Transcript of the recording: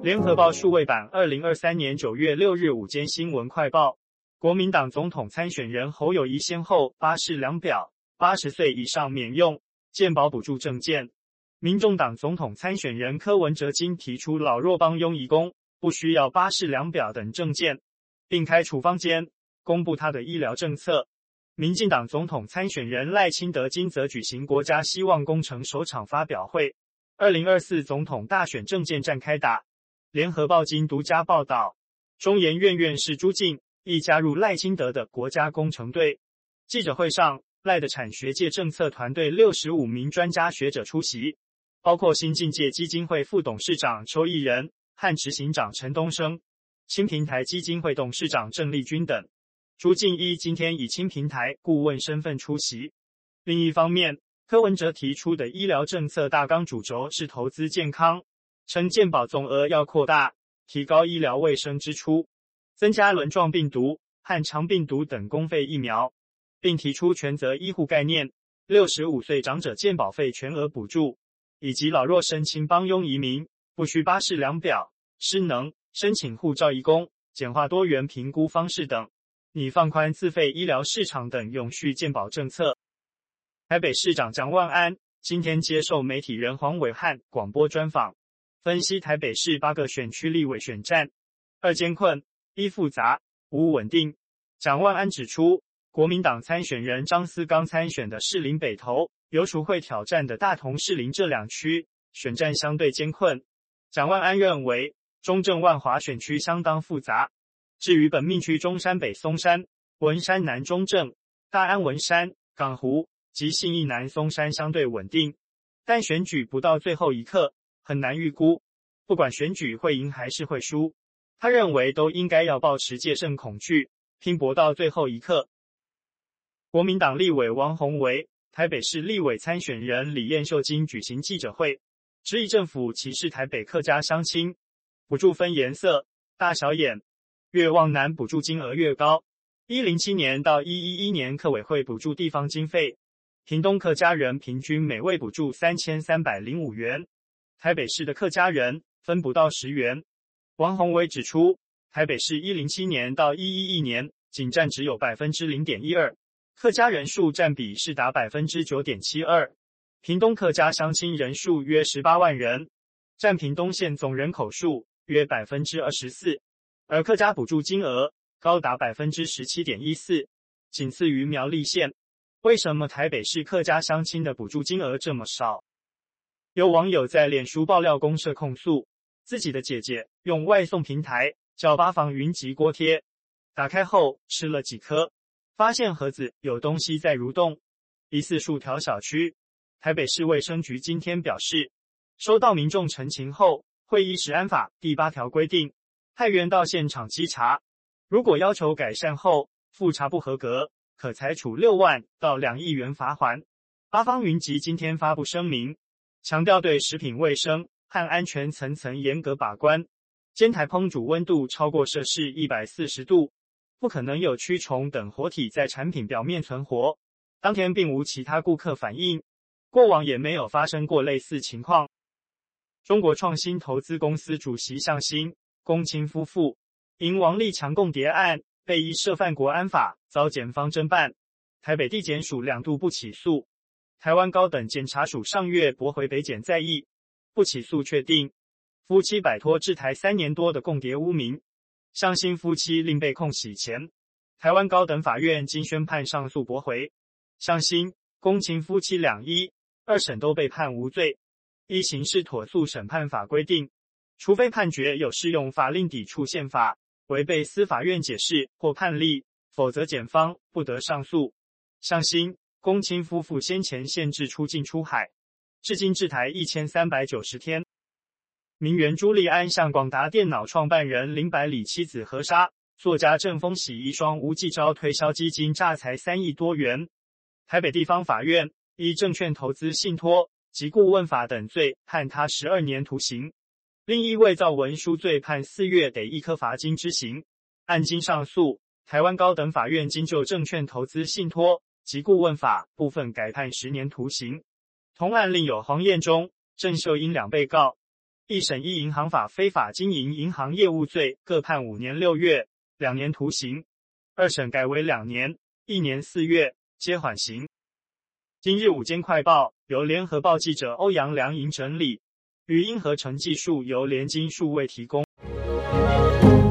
联合报数位版2023年9月6日午间新闻快报，国民党总统参选人侯友宜先后发示两表80岁以上免用健保补助政见。民众党总统参选人柯文哲今提出老弱帮佣移工不需要巴氏两表等政见，并开处方间公布他的医疗政策。民进党总统参选人赖清德今则举行国家希望工程首场发表会，2024总统大选政见战开打。联合报今独家报道，中研院院士朱敬亦加入赖清德的国家工程队。记者会上，赖的产学界政策团队65名专家学者出席，包括新境界基金会副董事长邱义仁和执行长陈东升、青平台基金会董事长郑丽君等。朱敬一今天以青平台顾问身份出席。另一方面，柯文哲提出的医疗政策大纲主轴是投资健康，称健保总额要扩大，提高医疗卫生支出，增加轮状病毒和肠病毒等公费疫苗，并提出全责医护概念，65岁长者健保费全额补助，以及老弱申请帮佣移民不需巴氏两表、失能申请护照移工、简化多元评估方式等，拟放宽自费医疗市场等永续健保政策。台北市长蒋万安今天接受媒体人黄伟汉广播专访，分析台北市8个选区立委选战，二艰困，一复杂，无稳定。蒋万安指出，国民党参选人张思刚参选的士林北投、游淑慧挑战的大同士林这两区选战相对艰困。蒋万安认为，中正万华选区相当复杂。至于本命区中山北松山、文山南中正、大安文山、港湖及信义南松山相对稳定，但选举不到最后一刻，很难预估，不管选举会赢还是会输，他认为都应该要抱持戒慎恐惧，拼搏到最后一刻。国民党立委王宏维、台北市立委参选人李彦秀今举行记者会，质疑政府歧视台北客家乡亲，补助分颜色、大小眼，越往南补助金额越高。107年到111年客委会补助地方经费，屏东客家人平均每位补助3305元，台北市的客家人分不到10元。王宏维指出，台北市107年到111年仅占只有 0.12%， 客家人数占比是达 9.72%， 屏东客家乡亲人数约18万人，占屏东县总人口数约 24%， 而客家补助金额高达 17.14%， 仅次于苗栗县。为什么台北市客家乡亲的补助金额这么少？有网友在脸书爆料公社控诉，自己的姐姐用外送平台叫八方云集锅贴，打开后吃了几颗，发现盒子有东西在蠕动，疑似数条小蛆。台北市卫生局今天表示，收到民众陈情后，会依食安法第8条规定，派员到现场稽查，如果要求改善后复查不合格，可裁处6万到2亿元罚锾。八方云集今天发布声明，强调对食品卫生和安全层层严格把关，煎台烹煮温度超过摄氏140度，不可能有蛆虫等活体在产品表面存活。当天并无其他顾客反映，过往也没有发生过类似情况。中国创新投资公司主席向新、龚清夫妇因王立强共谍案被依涉犯国安法遭检方侦办，台北地检署2度不起诉，台湾高等检察署上月驳回北检再议，不起诉确定，夫妻摆脱制台3年多的共谍污名。向新夫妻另被控洗钱，台湾高等法院经宣判上诉驳回，向新、龚清夫妻2审都被判无罪。依刑事妥诉审判法规定，除非判决有适用法令抵触宪法，违背司法院解释或判例，否则检方不得上诉。向新、龚清夫妇先前限制出境出海，至今滞台1390天。名媛朱利安向广达电脑创办人林百里妻子合杀，作家郑丰喜一双无记招推销基金诈财3亿多元。台北地方法院依证券投资信托及顾问法等罪判他12年徒刑，另一伪造文书罪判4月得1颗罚金之刑。案经上诉，台湾高等法院经就证券投资信托及顾问法部分改判10年徒刑。同案另有黄彦忠、郑秀英2被告， 一审依银行法非法经营银行业务罪，各判5年6月，2年徒刑；二审改为2年1年4月，皆缓刑。今日午间快报由联合报记者欧阳良莹整理，语音合成技术由联经数位提供。